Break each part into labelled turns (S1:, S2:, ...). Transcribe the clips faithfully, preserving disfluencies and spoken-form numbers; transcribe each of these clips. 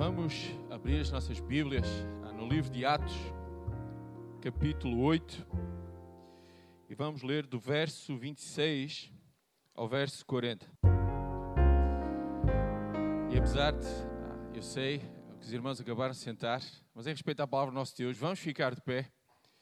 S1: Vamos abrir as nossas Bíblias no livro de Atos, capítulo oito, e vamos ler do verso vinte e seis ao verso quarenta. E apesar de, eu sei, que os irmãos acabaram de sentar, mas em respeito à palavra do nosso Deus, vamos ficar de pé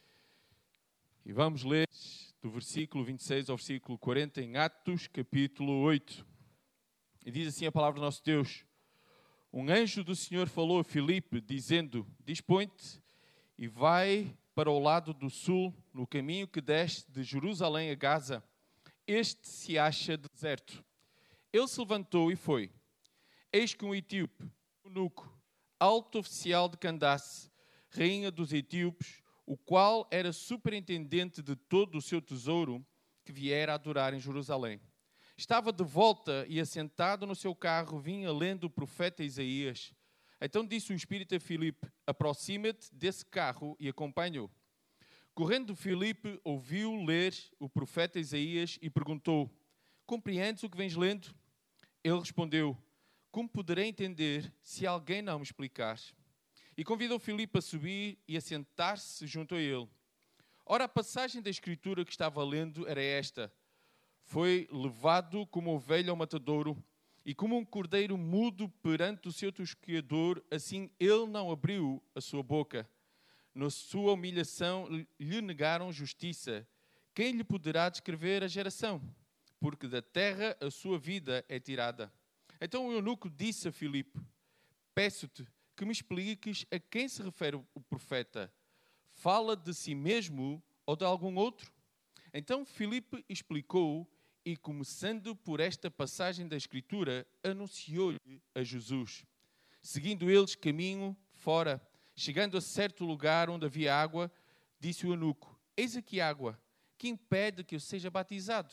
S1: e vamos ler do versículo vinte e seis ao versículo quarenta em Atos, capítulo oito. E diz assim a palavra do nosso Deus: Um anjo do Senhor falou a Filipe, dizendo: Dispõe-te e vai para o lado do sul, no caminho que desce de Jerusalém a Gaza. Este se acha deserto. Ele se levantou e foi. Eis que um etíope, eunuco, alto oficial de Candace, rainha dos etíopes, o qual era superintendente de todo o seu tesouro, que viera adorar em Jerusalém, estava de volta e assentado no seu carro, vinha lendo o profeta Isaías. Então disse o Espírito a Filipe: Aproxima-te desse carro e acompanha-o. Correndo Filipe, ouviu ler o profeta Isaías e perguntou: Compreendes o que vens lendo? Ele respondeu: Como poderei entender se alguém não me explicar? E convidou Filipe a subir e a sentar-se junto a ele. Ora, a passagem da Escritura que estava lendo era esta: Foi levado como ovelha ao matadouro, e como um cordeiro mudo perante o seu tosqueador, assim ele não abriu a sua boca. Na sua humilhação lhe negaram justiça. Quem lhe poderá descrever a geração? Porque da terra a sua vida é tirada. Então o eunuco disse a Filipe: Peço-te que me expliques a quem se refere o profeta. Fala de si mesmo ou de algum outro? Então Filipe explicou, e começando por esta passagem da Escritura, anunciou-lhe a Jesus. Seguindo eles caminho fora, chegando a certo lugar onde havia água, disse o eunuco: Eis aqui água, que impede que eu seja batizado?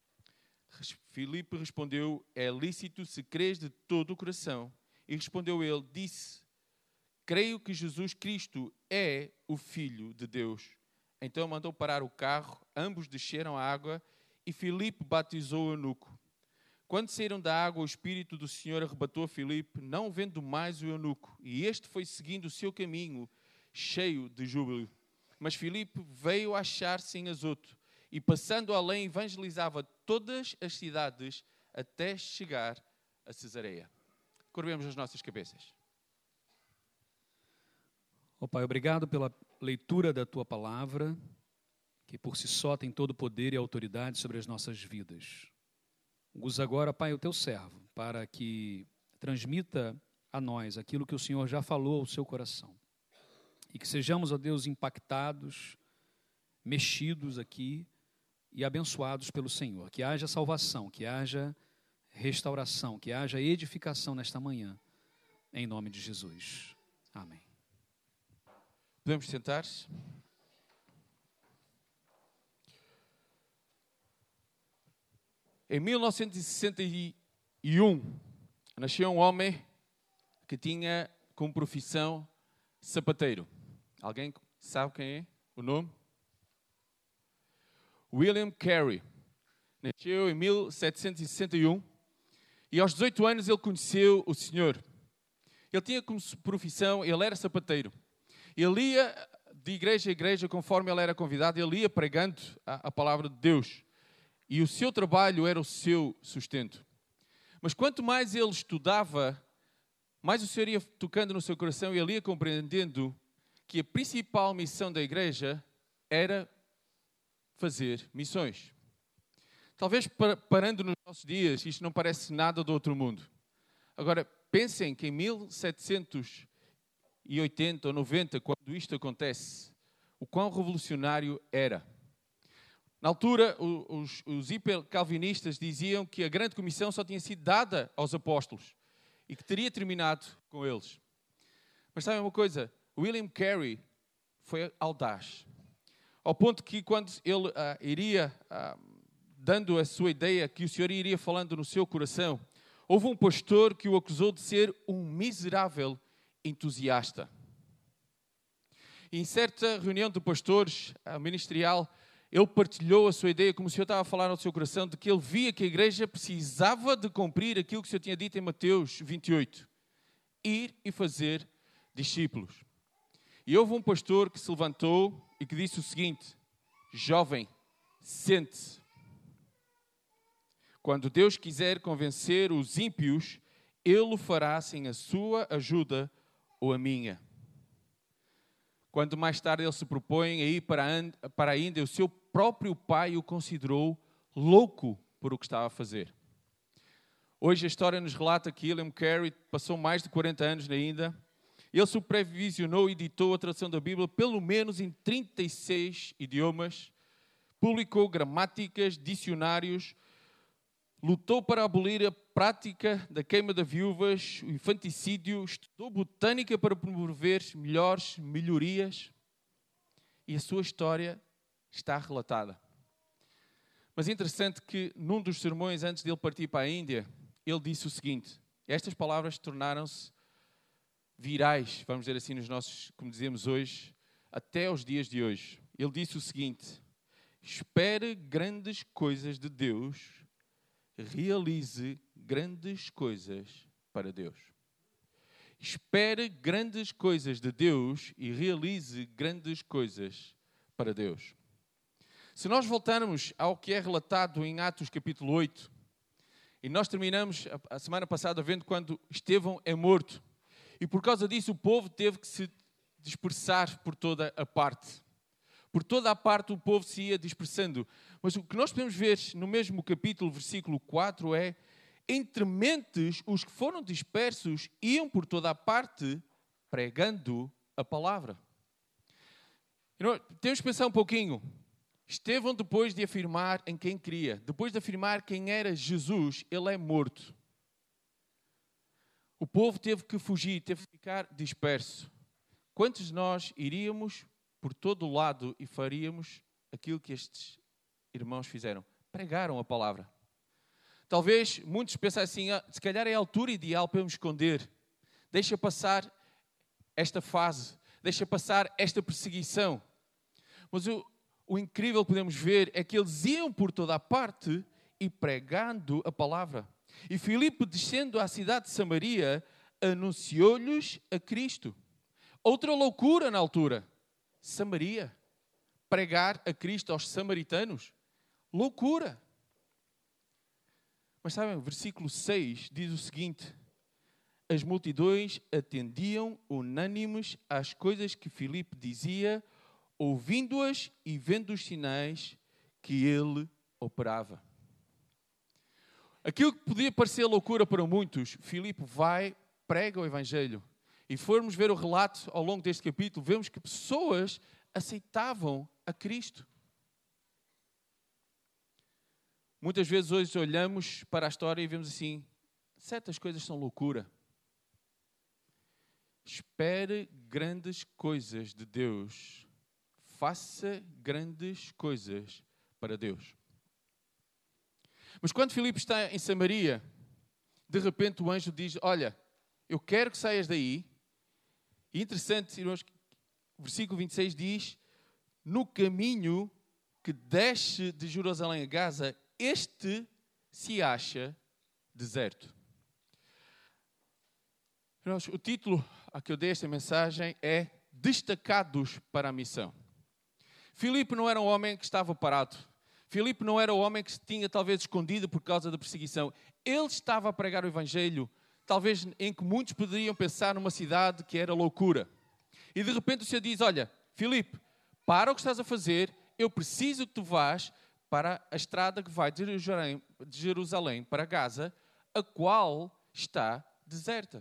S1: Filipe respondeu: É lícito se crês de todo o coração. E respondeu ele, disse: Creio que Jesus Cristo é o Filho de Deus. Então mandou parar o carro, ambos desceram a água, e Filipe batizou o eunuco. Quando saíram da água, o Espírito do Senhor arrebatou a Filipe, não vendo mais o eunuco, e este foi seguindo o seu caminho, cheio de júbilo. Mas Filipe veio achar-se em Azoto, e passando além, evangelizava todas as cidades, até chegar a Cesareia. Curvemos as nossas cabeças.
S2: Ó Pai, obrigado pela leitura da Tua Palavra, que por si só tem todo o poder e autoridade sobre as nossas vidas. Usa agora, Pai, o Teu servo, para que transmita a nós aquilo que o Senhor já falou ao seu coração. E que sejamos, ó Deus, impactados, mexidos aqui e abençoados pelo Senhor. Que haja salvação, que haja restauração, que haja edificação nesta manhã, em nome de Jesus. Amém.
S1: Podemos sentar-se? Em mil novecentos e sessenta e um, nasceu um homem que tinha como profissão sapateiro. Alguém sabe quem é o nome? William Carey. Nasceu em mil setecentos e sessenta e um e aos dezoito anos ele conheceu o Senhor. Ele tinha como profissão, ele era sapateiro. Ele ia de igreja a igreja conforme ele era convidado, ele ia pregando a, a palavra de Deus. E o seu trabalho era o seu sustento. Mas quanto mais ele estudava, mais o Senhor ia tocando no seu coração e ele ia compreendendo que a principal missão da igreja era fazer missões. Talvez parando nos nossos dias, isto não parece nada do outro mundo. Agora, pensem que em mil setecentos e oitenta ou noventa, quando isto acontece, o quão revolucionário era. Na altura, os, os hiper-calvinistas diziam que a grande comissão só tinha sido dada aos apóstolos e que teria terminado com eles. Mas sabem uma coisa? William Carey foi audaz, ao ponto que quando ele uh, iria uh, dando a sua ideia, que o Senhor iria falando no seu coração, houve um pastor que o acusou de ser um miserável entusiasta. E em certa reunião de pastores uh, ministerial, ele partilhou a sua ideia, como o Senhor estava a falar no seu coração, de que ele via que a igreja precisava de cumprir aquilo que o Senhor tinha dito em Mateus vinte e oito. ir e fazer discípulos. E houve um pastor que se levantou e que disse o seguinte: jovem, sente-se. Quando Deus quiser convencer os ímpios, Ele o fará sem a sua ajuda ou a minha. Quando mais tarde ele se propõe a ir para a Índia, o seu próprio pai o considerou louco por o que estava a fazer. Hoje a história nos relata que William Carey passou mais de quarenta anos na Índia. Ele supervisionou e editou a tradução da Bíblia pelo menos em trinta e seis idiomas, publicou gramáticas, dicionários, lutou para abolir a prática da queima de viúvas, o infanticídio, estudou botânica para promover melhores melhorias e a sua história está relatada. Mas é interessante que num dos sermões antes de ele partir para a Índia, ele disse o seguinte, estas palavras tornaram-se virais, vamos dizer assim, nos nossos, como dizemos hoje, até os dias de hoje. Ele disse o seguinte: espere grandes coisas de Deus, realize grandes coisas para Deus. Espere grandes coisas de Deus e realize grandes coisas para Deus. Se nós voltarmos ao que é relatado em Atos capítulo oito, e nós terminamos a semana passada vendo quando Estevão é morto, e por causa disso o povo teve que se dispersar por toda a parte. Por toda a parte o povo se ia dispersando. Mas o que nós podemos ver no mesmo capítulo, versículo quatro, é: entre mentes os que foram dispersos iam por toda a parte pregando a palavra. E nós temos que pensar um pouquinho. Estevão, depois de afirmar em quem cria, depois de afirmar quem era Jesus, ele é morto. O povo teve que fugir, teve que ficar disperso. Quantos de nós iríamos por todo o lado e faríamos aquilo que estes irmãos fizeram? Pregaram a palavra. Talvez muitos pensem assim, ah, se calhar é a altura ideal para eu me esconder. Deixa passar esta fase, deixa passar esta perseguição. Mas o, o incrível que podemos ver é que eles iam por toda a parte e pregando a palavra. E Filipe, descendo à cidade de Samaria, anunciou-lhes a Cristo. Outra loucura na altura. Samaria. Pregar a Cristo aos samaritanos. Loucura. Mas sabem, o versículo seis diz o seguinte: as multidões atendiam unânimes às coisas que Filipe dizia, ouvindo-as e vendo os sinais que ele operava. Aquilo que podia parecer loucura para muitos, Filipe vai, prega o Evangelho. E formos ver o relato ao longo deste capítulo, vemos que pessoas aceitavam a Cristo. Muitas vezes hoje olhamos para a história e vemos assim, certas coisas são loucura. Espere grandes coisas de Deus. Faça grandes coisas para Deus. Mas quando Filipe está em Samaria, de repente o anjo diz, olha, eu quero que saias daí. E interessante, irmãos, o versículo vinte e seis diz, no caminho que desce de Jerusalém a Gaza, este se acha deserto. Irmãos, o título a que eu dei esta mensagem é Destacados para a Missão. Filipe não era um homem que estava parado. Filipe não era um homem que se tinha talvez escondido por causa da perseguição. Ele estava a pregar o Evangelho, talvez em que muitos poderiam pensar numa cidade que era loucura. E de repente o Senhor diz, olha, Filipe, para o que estás a fazer, eu preciso que tu vás para a estrada que vai de Jerusalém, de Jerusalém para Gaza, a qual está deserta.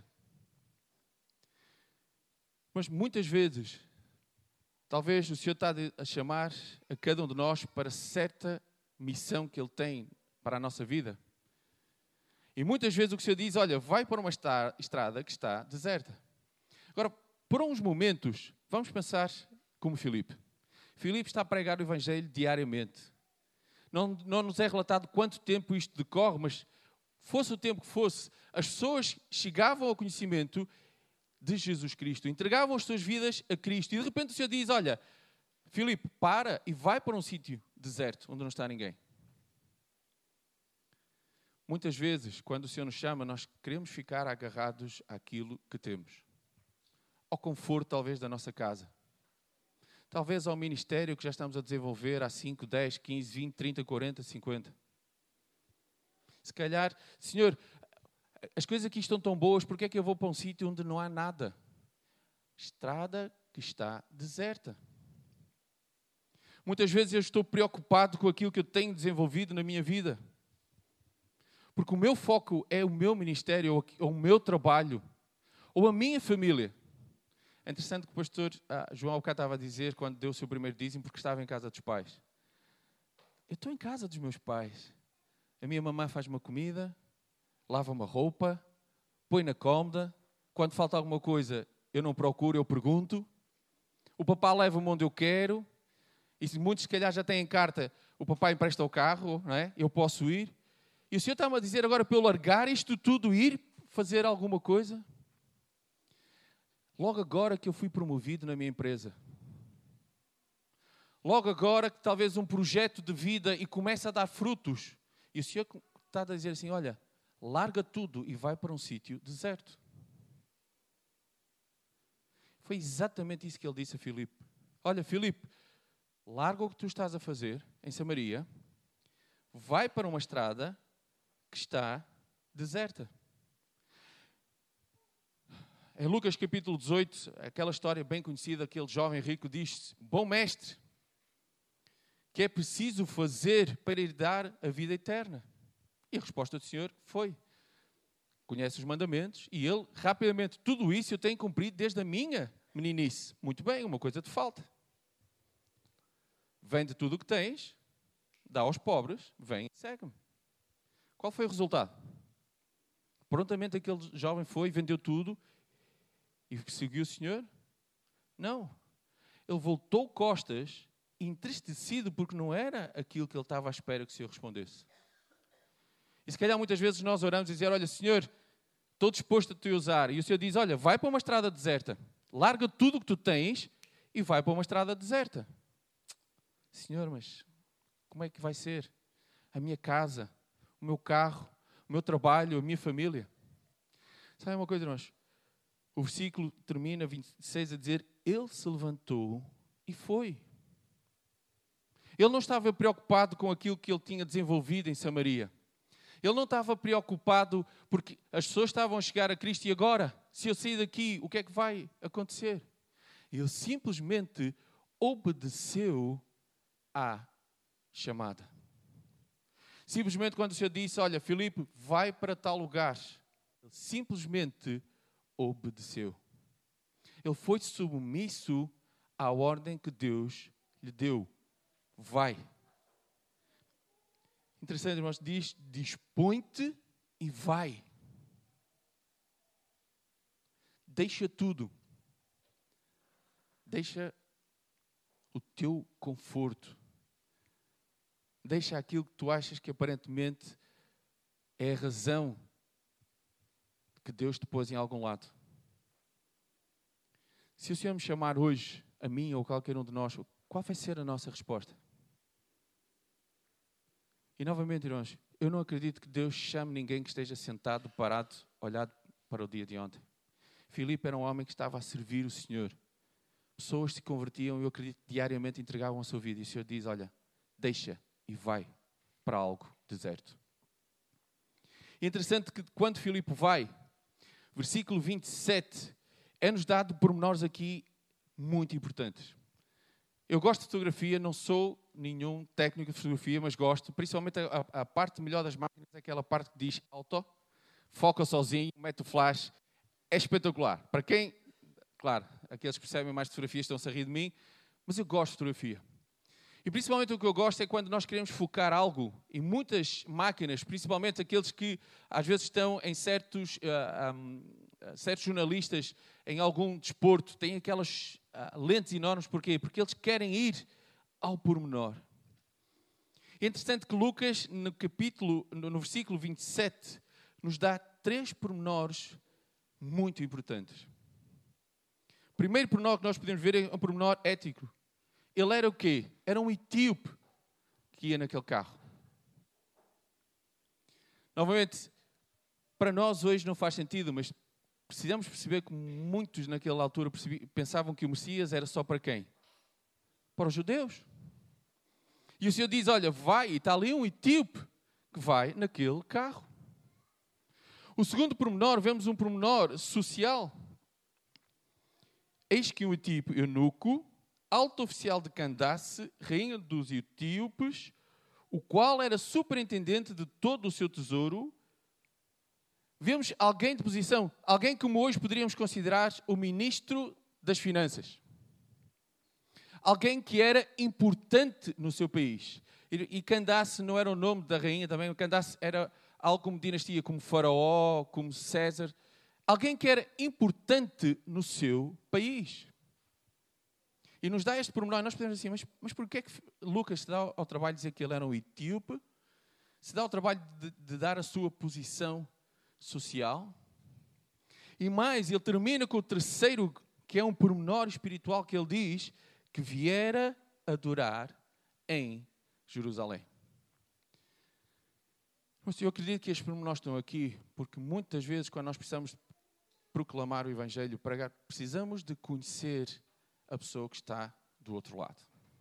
S1: Mas muitas vezes, talvez o Senhor está a chamar a cada um de nós para certa missão que Ele tem para a nossa vida. E muitas vezes o que o Senhor diz, olha, vai para uma estrada que está deserta. Agora, por uns momentos, vamos pensar como Filipe. Filipe está a pregar o Evangelho diariamente. Não, não nos é relatado quanto tempo isto decorre, mas fosse o tempo que fosse, as pessoas chegavam ao conhecimento de Jesus Cristo, entregavam as suas vidas a Cristo. E de repente o Senhor diz, olha, Filipe, para e vai para um sítio deserto, onde não está ninguém. muitas vezes, quando o Senhor nos chama, nós queremos ficar agarrados àquilo que temos. Ao conforto, talvez, da nossa casa. Talvez ao ministério que já estamos a desenvolver há cinco, dez, quinze, vinte, trinta, quarenta, cinquenta. Se calhar, Senhor, as coisas aqui estão tão boas, porque é que eu vou para um sítio onde não há nada? Estrada que está deserta. Muitas vezes eu estou preocupado com aquilo que eu tenho desenvolvido na minha vida. Porque o meu foco é o meu ministério, ou o meu trabalho, ou a minha família. É interessante que o pastor ah, João Alcá estava a dizer, quando deu o seu primeiro dízimo, porque estava em casa dos pais. Eu estou em casa dos meus pais. A minha mamãe faz uma comida, lava uma roupa, põe na cômoda. Quando falta alguma coisa, eu não procuro, eu pergunto. O papá leva-me onde eu quero. E se muitos, se calhar, já têm carta, o papai empresta o carro, não é? Eu posso ir. E o Senhor está-me a dizer agora para eu largar isto tudo e ir fazer alguma coisa? Logo agora que eu fui promovido na minha empresa. Logo agora que talvez um projeto de vida e começa a dar frutos. E o Senhor está a dizer assim, olha, larga tudo e vai para um sítio deserto. Foi exatamente isso que ele disse a Filipe. Olha, Filipe, larga o que tu estás a fazer em Samaria, vai para uma estrada que está deserta. Em Lucas capítulo dezoito, aquela história bem conhecida, aquele jovem rico diz: bom mestre, que é preciso fazer para herdar a vida eterna? E a resposta do Senhor foi: conhece os mandamentos, e ele rapidamente, tudo isso eu tenho cumprido desde a minha meninice. Muito bem, uma coisa te falta. Vende tudo o que tens, dá aos pobres, vem e segue-me. Qual foi o resultado? Prontamente aquele jovem foi, vendeu tudo e seguiu o Senhor? Não. Ele voltou costas, entristecido, porque não era aquilo que ele estava à espera que o Senhor respondesse. E se calhar muitas vezes nós oramos e dizemos: olha, Senhor, estou disposto a te usar. E o Senhor diz: olha, vai para uma estrada deserta. Larga tudo o que tu tens e vai para uma estrada deserta. Senhor, mas como é que vai ser? A minha casa, o meu carro, o meu trabalho, a minha família. Sabe uma coisa, irmãos? O versículo termina, vinte e seis, a dizer: ele se levantou e foi. Ele não estava preocupado com aquilo que ele tinha desenvolvido em Samaria. Ele não estava preocupado porque as pessoas estavam a chegar a Cristo e agora, se eu sair daqui, o que é que vai acontecer? Ele simplesmente obedeceu à chamada. Simplesmente quando o Senhor disse: olha, Filipe, vai para tal lugar, ele simplesmente obedeceu. Ele foi submisso à ordem que Deus lhe deu. Vai. Interessante, irmãos, diz: dispõe-te e vai. Deixa tudo. Deixa o teu conforto. Deixa aquilo que tu achas que aparentemente é a razão que Deus te pôs em algum lado. Se o Senhor me chamar hoje, a mim ou qualquer um de nós, qual vai ser a nossa resposta? E novamente, irmãos, eu não acredito que Deus chame ninguém que esteja sentado, parado, olhado para o dia de ontem. Filipe era um homem que estava a servir o Senhor. Pessoas se convertiam e eu acredito que diariamente entregavam a sua vida. E o Senhor diz: olha, deixa e vai para algo deserto. E é interessante que quando Filipe vai, versículo vinte e sete, é-nos dado pormenores aqui muito importantes. Eu gosto de fotografia, não sou nenhum técnico de fotografia, mas gosto, principalmente a, a parte melhor das máquinas, é aquela parte que diz auto, foca sozinho, mete o flash, é espetacular. Para quem, claro, aqueles que percebem mais de fotografia estão-se a rir de mim, mas eu gosto de fotografia. E principalmente o que eu gosto é quando nós queremos focar algo, e muitas máquinas, principalmente aqueles que às vezes estão em certos, uh, um, certos jornalistas, em algum desporto, têm aquelas uh, lentes enormes. Porquê? Porque eles querem ir ao pormenor. É interessante que Lucas, no capítulo, no, no versículo vinte e sete, nos dá três pormenores muito importantes. O primeiro pormenor que nós podemos ver é um pormenor ético. Ele era o quê? Era um etíope que ia naquele carro. Novamente, para nós hoje não faz sentido, mas precisamos perceber que muitos naquela altura pensavam que o Messias era só para quem? Para os judeus. E o Senhor diz, olha, vai, e está ali um etíope que vai naquele carro. O segundo pormenor, vemos um pormenor social. Eis que um etíope eunuco, alto oficial de Candace, rainha dos etíopes, o qual era superintendente de todo o seu tesouro. Vemos alguém de posição, alguém como hoje poderíamos considerar o ministro das finanças. Alguém que era importante no seu país. E Candace não era o nome da rainha também, Candace era algo como dinastia, como Faraó, como César. Alguém que era importante no seu país. E nos dá este pormenor, nós podemos dizer assim, mas, mas porquê é que Lucas se dá ao trabalho de dizer que ele era um etíope? Se dá ao trabalho de, de dar a sua posição social? E mais, ele termina com o terceiro, que é um pormenor espiritual, que ele diz que viera adorar em Jerusalém. Mas eu acredito que estes pormenores estão aqui, porque muitas vezes, quando nós precisamos proclamar o Evangelho, pregar, precisamos de conhecer a pessoa que está do outro lado.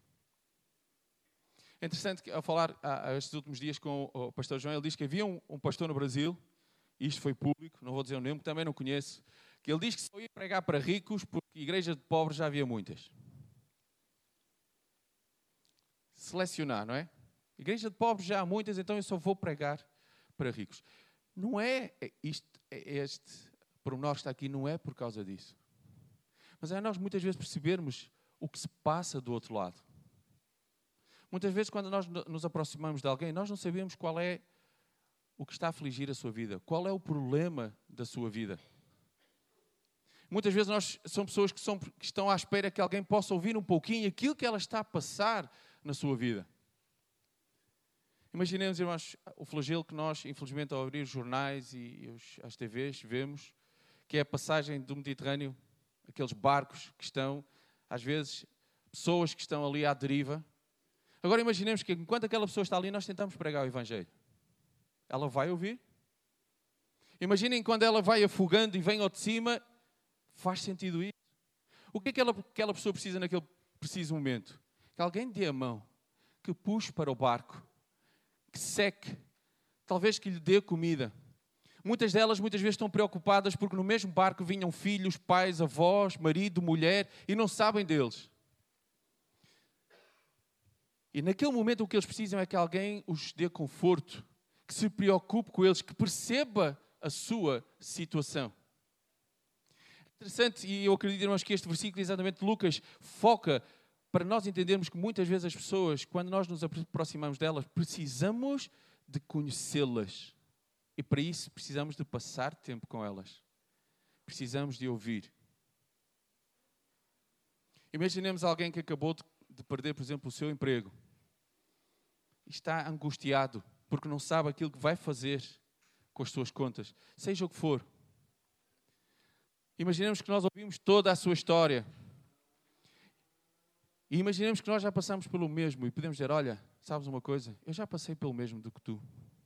S1: É interessante que, ao falar há, há estes últimos dias com o pastor João, ele diz que havia um, um pastor no Brasil, e isto foi público, não vou dizer o nome, que também não conheço, que ele diz que só ia pregar para ricos, porque igreja de pobres já havia muitas. Selecionar, não é? Igreja de pobres já há muitas, então eu só vou pregar para ricos. Não é isto, este pormenor que está aqui, não é por causa disso. Mas é nós muitas vezes percebermos o que se passa do outro lado. Muitas vezes quando nós nos aproximamos de alguém, nós não sabemos qual é o que está a afligir a sua vida, qual é o problema da sua vida. Muitas vezes nós somos pessoas que, são, que estão à espera que alguém possa ouvir um pouquinho aquilo que ela está a passar na sua vida. Imaginemos, irmãos, o flagelo que nós, infelizmente, ao abrir os jornais e os, as T Vs, vemos, que é a passagem do Mediterrâneo, aqueles barcos que estão, às vezes, pessoas que estão ali à deriva. Agora imaginemos que enquanto aquela pessoa está ali, nós tentamos pregar o Evangelho. Ela vai ouvir? Imaginem quando ela vai afogando e vem ao de cima, faz sentido isso? O que é que aquela, aquela pessoa precisa naquele preciso momento? Que alguém dê a mão, que puxe para o barco, que seque, talvez que lhe dê comida. Muitas delas, muitas vezes, estão preocupadas porque no mesmo barco vinham filhos, pais, avós, marido, mulher, e não sabem deles. E naquele momento o que eles precisam é que alguém os dê conforto, que se preocupe com eles, que perceba a sua situação. Interessante, e eu acredito, irmãos, que este versículo, exatamente de Lucas, foca para nós entendermos que muitas vezes as pessoas, quando nós nos aproximamos delas, precisamos de conhecê-las. E para isso precisamos de passar tempo com elas. Precisamos de ouvir. Imaginemos alguém que acabou de perder, por exemplo, o seu emprego. E está angustiado, porque não sabe aquilo que vai fazer com as suas contas. Seja o que for. Imaginemos que nós ouvimos toda a sua história. E imaginemos que nós já passamos pelo mesmo e podemos dizer, olha, sabes uma coisa? Eu já passei pelo mesmo do que tu.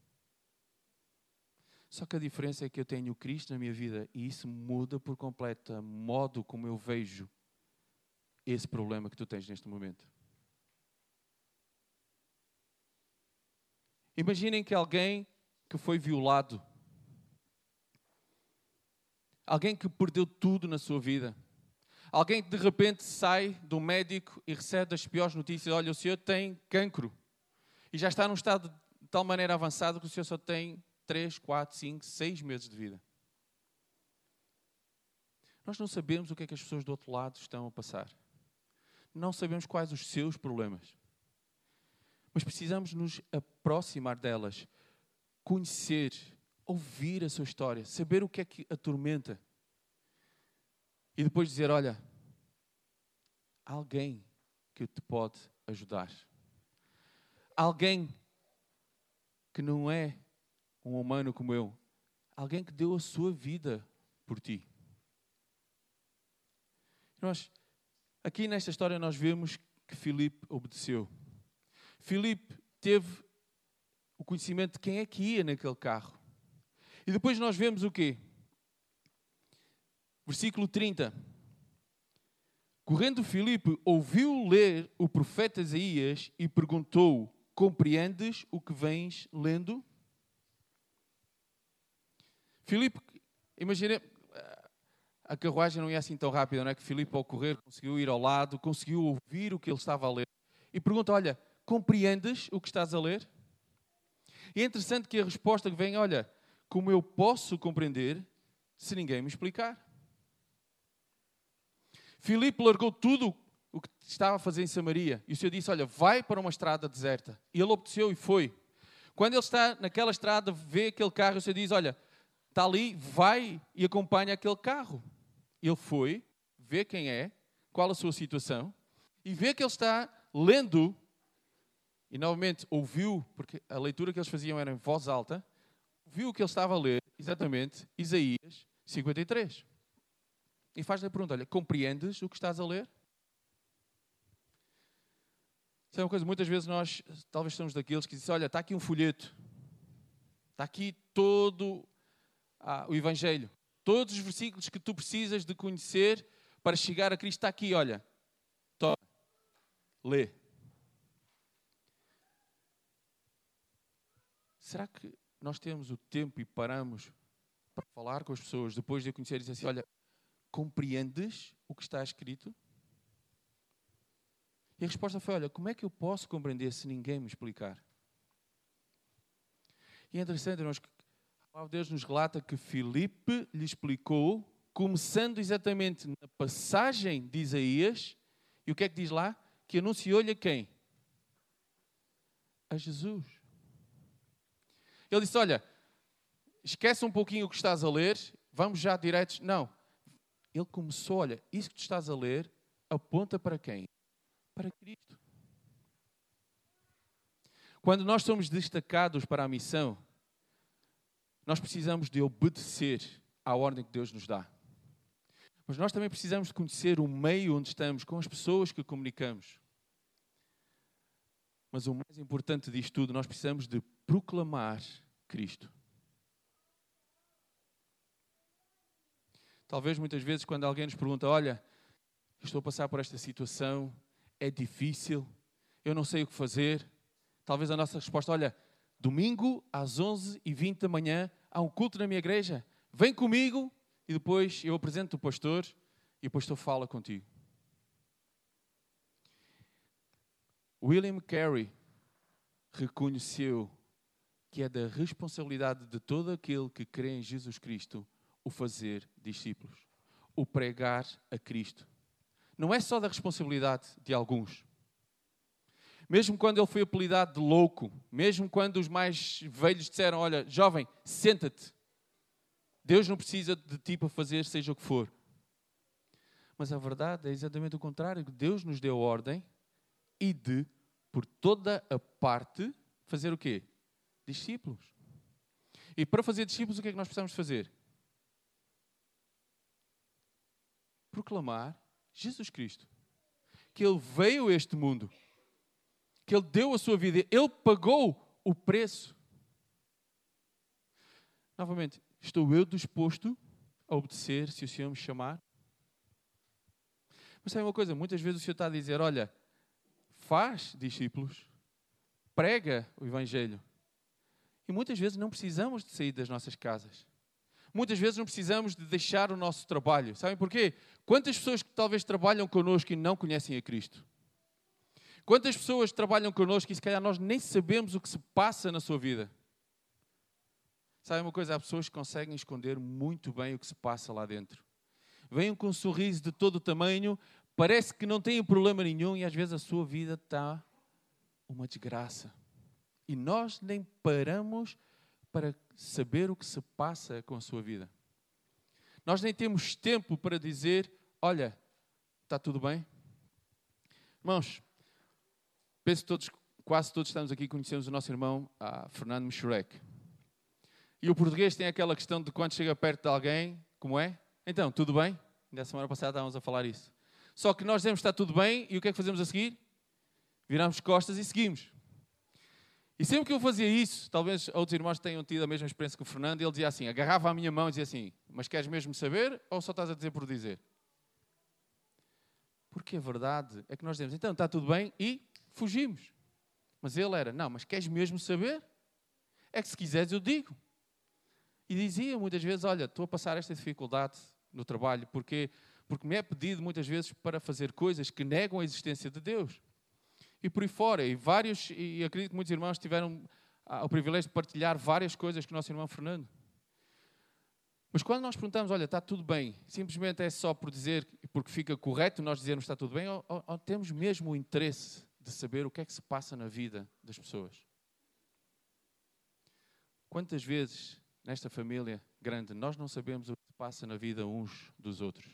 S1: Só que a diferença é que eu tenho Cristo na minha vida e isso muda por completo o modo como eu vejo esse problema que tu tens neste momento. Imaginem que alguém que foi violado, alguém que perdeu tudo na sua vida, alguém que de repente sai do médico e recebe as piores notícias, olha, o senhor tem cancro e já está num estado de tal maneira avançado que o senhor só tem três, quatro, cinco, seis meses de vida. Nós não sabemos o que é que as pessoas do outro lado estão a passar. Não sabemos quais os seus problemas. Mas precisamos nos aproximar delas, conhecer, ouvir a sua história, saber o que é que atormenta. E depois dizer, olha, há alguém que te pode ajudar. Alguém que não é um humano como eu. Alguém que deu a sua vida por ti. Nós, aqui nesta história nós vemos que Filipe obedeceu. Filipe teve o conhecimento de quem é que ia naquele carro. E depois nós vemos o quê? Versículo trinta. Correndo Filipe ouviu ler o profeta Isaías e perguntou: compreendes o que vens lendo? Filipe, imagina, a carruagem não ia assim tão rápida, não é? Que Filipe, ao correr, conseguiu ir ao lado, conseguiu ouvir o que ele estava a ler. E pergunta: olha, compreendes o que estás a ler? E é interessante que a resposta que vem: olha, como eu posso compreender se ninguém me explicar? Filipe largou tudo o que estava a fazer em Samaria. E o Senhor disse: olha, vai para uma estrada deserta. E ele obedeceu e foi. Quando ele está naquela estrada, vê aquele carro, o Senhor diz: olha, está ali, vai e acompanha aquele carro. Ele foi, vê quem é, qual a sua situação, e vê que ele está lendo, e novamente ouviu, porque a leitura que eles faziam era em voz alta, viu o que ele estava a ler, exatamente, Isaías cinquenta e três. E faz-lhe a pergunta: olha, compreendes o que estás a ler? Isso é uma coisa, muitas vezes nós, talvez somos daqueles que dizem: olha, está aqui um folheto, está aqui todo ah, o Evangelho, todos os versículos que tu precisas de conhecer para chegar a Cristo, está aqui, olha, toma, lê. Será que nós temos o tempo e paramos para falar com as pessoas depois de conhecer e dizer assim: olha, compreendes o que está escrito? E a resposta foi: olha, como é que eu posso compreender se ninguém me explicar? E é interessante, nós, a palavra de Deus nos relata que Filipe lhe explicou, começando exatamente na passagem de Isaías, e o que é que diz lá? Que anunciou-lhe a quem? A Jesus. Ele disse: olha, esquece um pouquinho o que estás a ler, vamos já diretos. Não. Ele começou: olha, isso que tu estás a ler aponta para quem? Para Cristo. Quando nós somos destacados para a missão, nós precisamos de obedecer à ordem que Deus nos dá. Mas nós também precisamos de conhecer o meio onde estamos, com as pessoas que comunicamos. Mas o mais importante disto tudo, nós precisamos de proclamar Cristo. Talvez muitas vezes quando alguém nos pergunta: olha, estou a passar por esta situação, é difícil, eu não sei o que fazer. Talvez a nossa resposta: olha, domingo às onze e vinte da manhã há um culto na minha igreja, vem comigo e depois eu apresento o pastor e o pastor fala contigo. William Carey reconheceu que é da responsabilidade de todo aquele que crê em Jesus Cristo o fazer discípulos, o pregar a Cristo. Não é só da responsabilidade de alguns. Mesmo quando ele foi apelidado de louco, mesmo quando os mais velhos disseram: olha, jovem, senta-te. Deus não precisa de ti para fazer seja o que for. Mas a verdade é exatamente o contrário. Deus nos deu ordem e de, por toda a parte, fazer o quê? Discípulos. E para fazer discípulos, o que é que nós precisamos fazer? Proclamar Jesus Cristo. Que Ele veio a este mundo. Que Ele deu a sua vida. Ele pagou o preço. Novamente, estou eu disposto a obedecer se o Senhor me chamar? Mas sabe uma coisa? Muitas vezes o Senhor está a dizer: olha, faz discípulos, prega o Evangelho. E muitas vezes não precisamos de sair das nossas casas. Muitas vezes não precisamos de deixar o nosso trabalho. Sabem porquê? Quantas pessoas que talvez trabalham connosco e não conhecem a Cristo? Quantas pessoas trabalham connosco e se calhar nós nem sabemos o que se passa na sua vida? Sabem uma coisa? Há pessoas que conseguem esconder muito bem o que se passa lá dentro. Vêm com um sorriso de todo o tamanho, parece que não têm problema nenhum e às vezes a sua vida está uma desgraça. E nós nem paramos para saber o que se passa com a sua vida. Nós nem temos tempo para dizer: olha, está tudo bem? Irmãos, penso que todos, quase todos estamos aqui, conhecemos o nosso irmão ah, Fernando Michurek. E o português tem aquela questão de quando chega perto de alguém, como é? Então, tudo bem? Na semana passada estávamos a falar isso. Só que nós dizemos que está tudo bem e o que é que fazemos a seguir? Viramos costas e seguimos. E sempre que eu fazia isso, talvez outros irmãos tenham tido a mesma experiência que o Fernando, ele dizia assim, agarrava a minha mão e dizia assim, mas queres mesmo saber ou só estás a dizer por dizer? Porque a verdade é que nós dizemos, então está tudo bem e fugimos. Mas ele era, não, mas queres mesmo saber? É que se quiseres eu digo. E dizia muitas vezes, olha, estou a passar esta dificuldade no trabalho, porque, porque me é pedido muitas vezes para fazer coisas que negam a existência de Deus. E por aí fora, e vários, e acredito que muitos irmãos tiveram ah, o privilégio de partilhar várias coisas com o nosso irmão Fernando. Mas quando nós perguntamos, olha, está tudo bem, simplesmente é só por dizer, porque fica correto nós dizermos está tudo bem, ou, ou, ou temos mesmo o interesse de saber o que é que se passa na vida das pessoas? Quantas vezes nesta família grande nós não sabemos o que se passa na vida uns dos outros?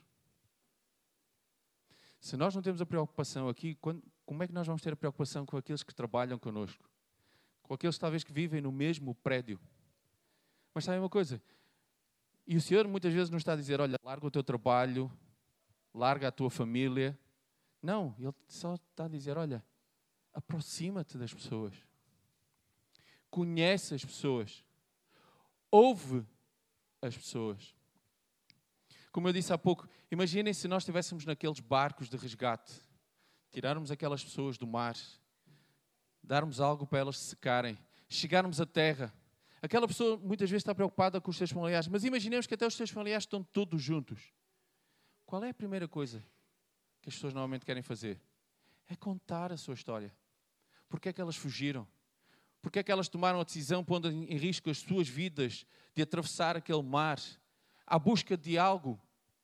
S1: Se nós não temos a preocupação aqui, quando, como é que nós vamos ter a preocupação com aqueles que trabalham connosco? Com aqueles talvez que vivem no mesmo prédio? Mas sabem uma coisa? E o Senhor muitas vezes nos está a dizer, olha, larga o teu trabalho, larga a tua família. Não, Ele só está a dizer, olha, aproxima-te das pessoas. Conhece as pessoas. Ouve as pessoas. Como eu disse há pouco, imaginem se nós estivéssemos naqueles barcos de resgate, tirarmos aquelas pessoas do mar, darmos algo para elas se secarem, chegarmos à terra. Aquela pessoa muitas vezes está preocupada com os seus familiares, mas imaginemos que até os seus familiares estão todos juntos. Qual é a primeira coisa que as pessoas normalmente querem fazer? É contar a sua história. Porque é que elas fugiram? Porque é que elas tomaram a decisão, pondo em risco as suas vidas, de atravessar aquele mar, à busca de algo?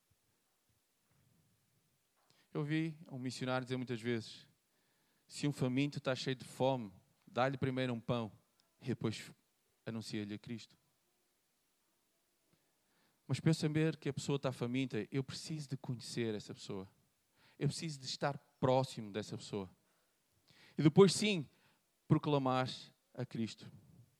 S1: Eu vi um missionário dizer muitas vezes, se um faminto está cheio de fome, dá-lhe primeiro um pão e depois anuncia-lhe a Cristo. Mas para eu saber que a pessoa está faminta, eu preciso de conhecer essa pessoa. Eu preciso de estar próximo dessa pessoa. E depois sim, proclamar a Cristo.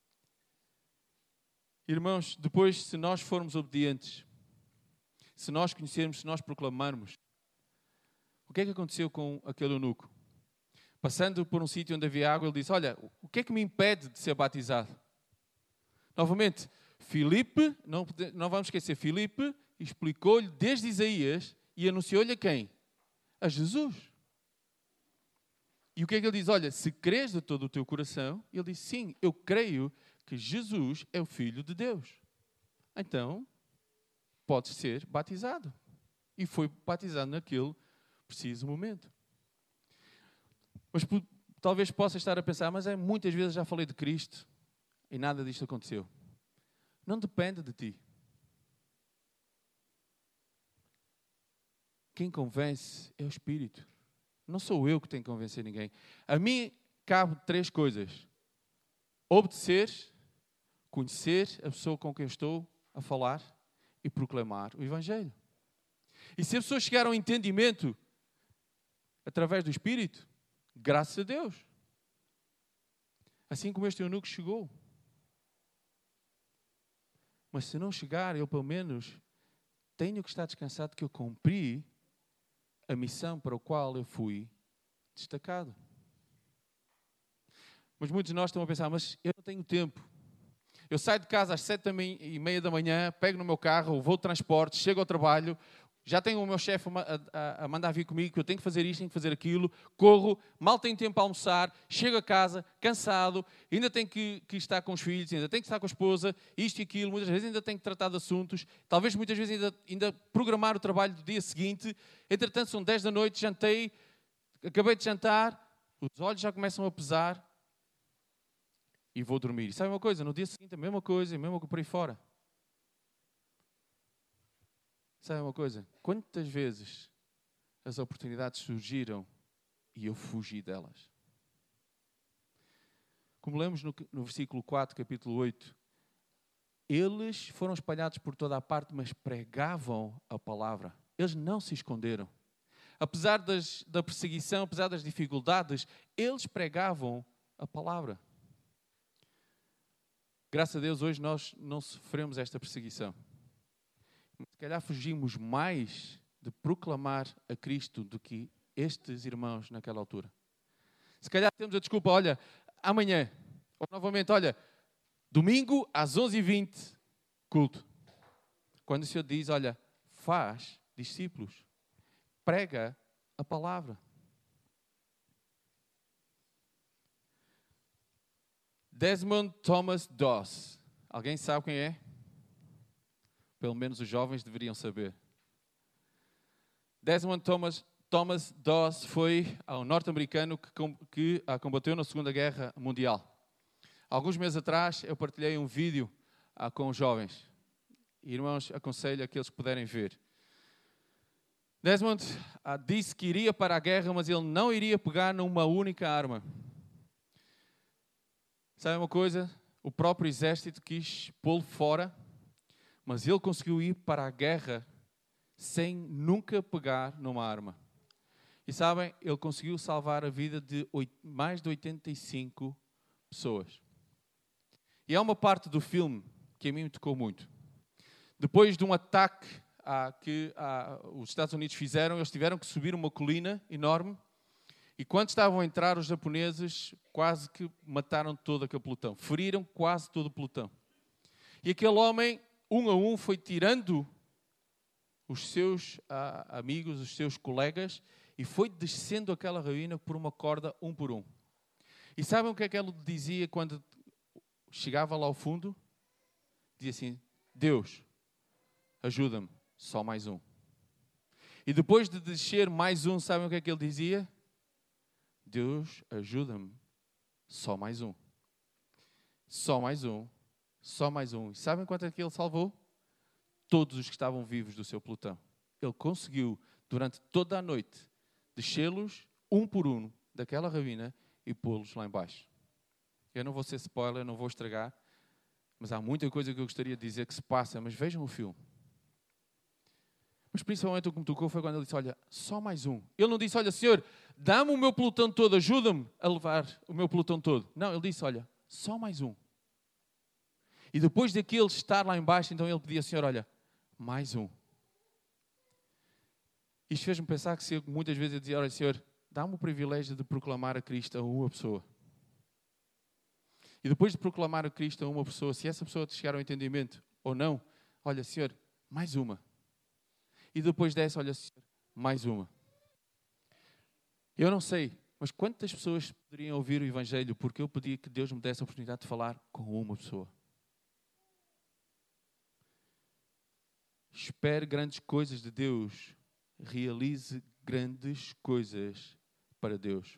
S1: Irmãos, depois, se nós formos obedientes, se nós conhecermos, se nós proclamarmos, o que é que aconteceu com aquele eunuco? Passando por um sítio onde havia água, ele disse, olha, o que é que me impede de ser batizado? Novamente, Filipe, não, não vamos esquecer, Filipe explicou-lhe desde Isaías e anunciou-lhe a quem? A Jesus. E o que é que ele diz? Olha, se crês de todo o teu coração, ele diz, sim, eu creio que Jesus é o Filho de Deus. Então, podes ser batizado. E foi batizado naquele preciso momento. Mas talvez possa estar a pensar, mas é, muitas vezes já falei de Cristo e nada disto aconteceu. Não depende de ti. Quem convence é o Espírito. Não sou eu que tenho que convencer ninguém. A mim cabe três coisas. Obedecer, conhecer a pessoa com quem estou a falar e proclamar o Evangelho. E se a pessoa chegar ao entendimento através do Espírito, graças a Deus. Assim como este eunuco chegou. Mas se não chegar, eu pelo menos tenho que estar descansado que eu cumpri a missão para a qual eu fui destacado. Mas muitos de nós estão a pensar, mas eu não tenho tempo. Eu saio de casa às sete e meia da manhã, pego no meu carro, vou de transporte, chego ao trabalho, já tenho o meu chefe a, a, a mandar vir comigo, que eu tenho que fazer isto, tenho que fazer aquilo, corro, mal tenho tempo para almoçar, chego a casa, cansado, ainda tenho que, que estar com os filhos, ainda tenho que estar com a esposa, isto e aquilo, muitas vezes ainda tenho que tratar de assuntos, talvez muitas vezes ainda, ainda programar o trabalho do dia seguinte, entretanto são dez da noite, jantei, acabei de jantar, os olhos já começam a pesar e vou dormir. E sabe uma coisa? No dia seguinte a mesma coisa, a mesma coisa por aí fora. Sabe uma coisa? Quantas vezes as oportunidades surgiram e eu fugi delas? Como lemos no, no versículo quatro, capítulo oito, eles foram espalhados por toda a parte, mas pregavam a palavra. Eles não se esconderam. Apesar das, da perseguição, apesar das dificuldades, eles pregavam a palavra. Graças a Deus, hoje nós não sofremos esta perseguição. Se calhar fugimos mais de proclamar a Cristo do que estes irmãos naquela altura. Se calhar temos a desculpa, olha, amanhã, Ou novamente, olha, domingo às onze e vinte, culto. Quando o Senhor diz, olha, faz discípulos, prega a palavra. Desmond Thomas Doss. Alguém sabe quem é? Pelo menos os jovens deveriam saber. Desmond Thomas, Thomas Doss foi um norte-americano que, que ah, combateu na Segunda Guerra Mundial. Alguns meses atrás eu partilhei um vídeo ah, com os jovens. Irmãos, aconselho aqueles que puderem ver. Desmond ah, disse que iria para a guerra, mas ele não iria pegar numa única arma. Sabe uma coisa? O próprio exército quis pô-lo fora, mas ele conseguiu ir para a guerra sem nunca pegar numa arma. E sabem, ele conseguiu salvar a vida de mais de oitenta e cinco pessoas. E há uma parte do filme que a mim me tocou muito. Depois de um ataque ah, que ah, os Estados Unidos fizeram, eles tiveram que subir uma colina enorme. E quando estavam a entrar, os japoneses quase que mataram todo aquele pelotão. Feriram quase todo o pelotão. E aquele homem, um a um, foi tirando os seus ah, amigos, os seus colegas, e foi descendo aquela ruína por uma corda, um por um. E sabem o que é que ele dizia quando chegava lá ao fundo? Dizia assim, Deus, ajuda-me, só mais um. E depois de descer mais um, sabem o que é que ele dizia? Deus, ajuda-me, só mais um. Só mais um, só mais um. E sabem quanto é que ele salvou? Todos os que estavam vivos do seu pelotão. Ele conseguiu, durante toda a noite, descê-los um por um daquela ravina e pô-los lá embaixo. Eu não vou ser spoiler, não vou estragar, mas há muita coisa que eu gostaria de dizer que se passa, mas vejam o filme. Mas principalmente o que me tocou foi quando ele disse, olha, só mais um. Ele não disse, olha, Senhor, dá-me o meu pelotão todo, ajuda-me a levar o meu pelotão todo. Não, ele disse, olha, só mais um. E depois daquele estar lá embaixo, então ele pedia, Senhor, olha, mais um. Isto fez-me pensar que se muitas vezes eu dizia, olha, Senhor, dá-me o privilégio de proclamar a Cristo a uma pessoa. E depois de proclamar a Cristo a uma pessoa, se essa pessoa chegar ao entendimento ou não, olha, Senhor, mais uma. E depois dessa, olha, Senhor, mais uma. Eu não sei, mas quantas pessoas poderiam ouvir o Evangelho porque eu pedia que Deus me desse a oportunidade de falar com uma pessoa? Espere grandes coisas de Deus. Realize grandes coisas para Deus.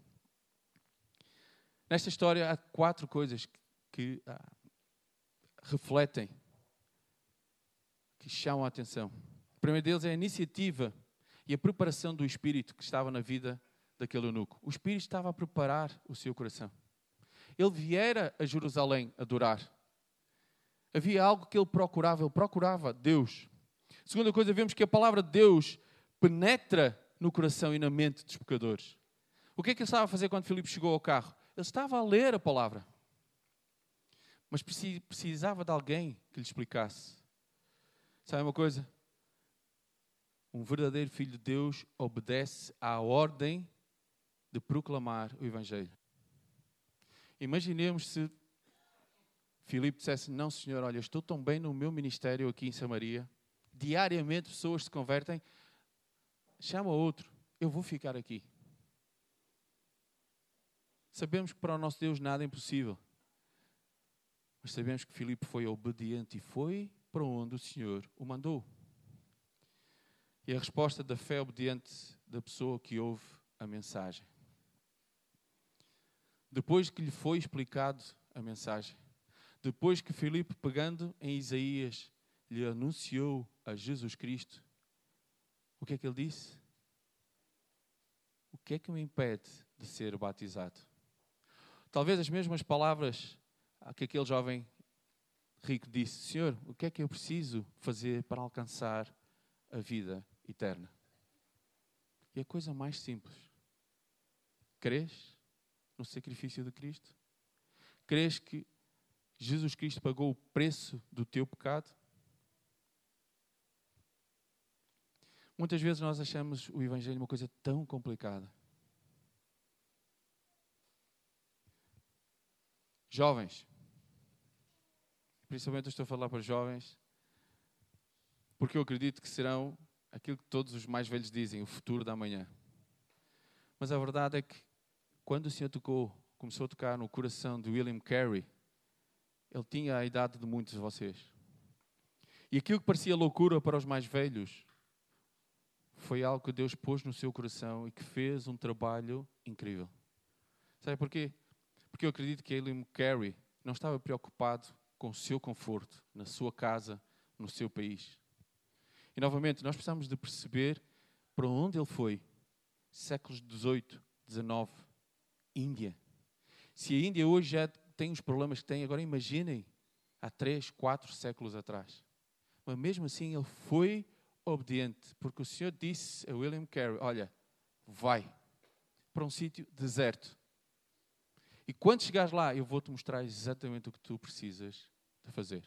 S1: Nesta história há quatro coisas que, que ah, refletem, que chamam a atenção. O primeiro deles é a iniciativa e a preparação do Espírito que estava na vida daquele eunuco. O Espírito estava a preparar o seu coração. Ele viera a Jerusalém adorar. Havia algo que ele procurava, ele procurava Deus. Segunda coisa, vemos que a palavra de Deus penetra no coração e na mente dos pecadores. O que é que ele estava a fazer quando Filipe chegou ao carro? Ele estava a ler a palavra. Mas precisava de alguém que lhe explicasse. Sabe uma coisa? Um verdadeiro filho de Deus obedece à ordem de proclamar o Evangelho. Imaginemos se Filipe dissesse, não Senhor, olha, estou tão bem no meu ministério aqui em Samaria, diariamente pessoas se convertem, chama outro, eu vou ficar aqui. Sabemos que para o nosso Deus nada é impossível. Mas sabemos que Filipe foi obediente e foi para onde o Senhor o mandou. E a resposta da fé obediente da pessoa que ouve a mensagem. Depois que lhe foi explicado a mensagem, depois que Filipe, pegando em Isaías, lhe anunciou a Jesus Cristo, o que é que ele disse? O que é que me impede de ser batizado? Talvez as mesmas palavras que aquele jovem rico disse, Senhor, o que é que eu preciso fazer para alcançar a vida eterna? E a coisa mais simples. Crês no sacrifício de Cristo? Crês que Jesus Cristo pagou o preço do teu pecado? Muitas vezes nós achamos o Evangelho uma coisa tão complicada. Jovens, principalmente eu estou a falar para os jovens, porque eu acredito que serão aquilo que todos os mais velhos dizem, o futuro da manhã. Mas a verdade é que quando o Senhor tocou, começou a tocar no coração de William Carey, ele tinha a idade de muitos de vocês. E aquilo que parecia loucura para os mais velhos foi algo que Deus pôs no seu coração e que fez um trabalho incrível. Sabe porquê? Porque eu acredito que William Carey não estava preocupado com o seu conforto, na sua casa, no seu país. E novamente, nós precisamos de perceber para onde ele foi. Séculos dezoito, dezenove, Índia. Se a Índia hoje já tem os problemas que tem, agora imaginem há três, quatro séculos atrás. Mas mesmo assim ele foi obediente, porque o Senhor disse a William Carey, olha, vai para um sítio deserto. E quando chegares lá, eu vou-te mostrar exatamente o que tu precisas de fazer.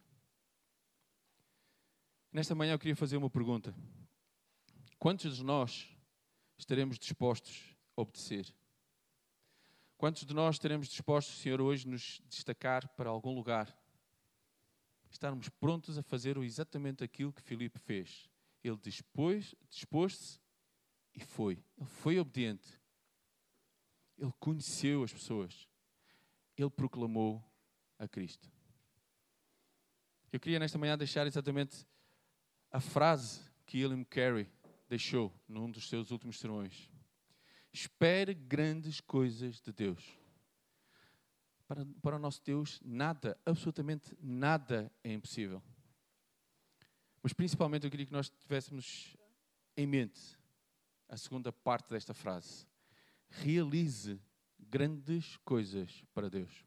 S1: Nesta manhã eu queria fazer uma pergunta. Quantos de nós estaremos dispostos a obedecer? Quantos de nós estaremos dispostos, Senhor, hoje nos destacar para algum lugar? Estarmos prontos a fazer exatamente aquilo que Filipe fez. Ele dispôs, dispôs-se e foi. Ele foi obediente. Ele conheceu as pessoas. Ele proclamou a Cristo. Eu queria nesta manhã deixar exatamente a frase que William Carey deixou num dos seus últimos sermões. Espere grandes coisas de Deus. Para, para o nosso Deus, nada, absolutamente nada é impossível. Mas principalmente eu queria que nós tivéssemos em mente a segunda parte desta frase. Realize grandes coisas para Deus.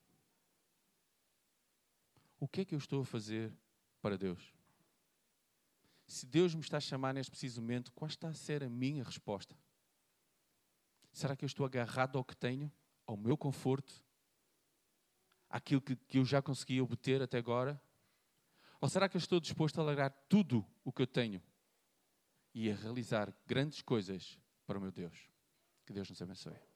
S1: O que é que eu estou a fazer para Deus? Se Deus me está a chamar neste preciso momento, qual está a ser a minha resposta? Será que eu estou agarrado ao que tenho, ao meu conforto, àquilo que, que eu já consegui obter até agora? Ou será que eu estou disposto a largar tudo o que eu tenho e a realizar grandes coisas para o meu Deus? Que Deus nos abençoe.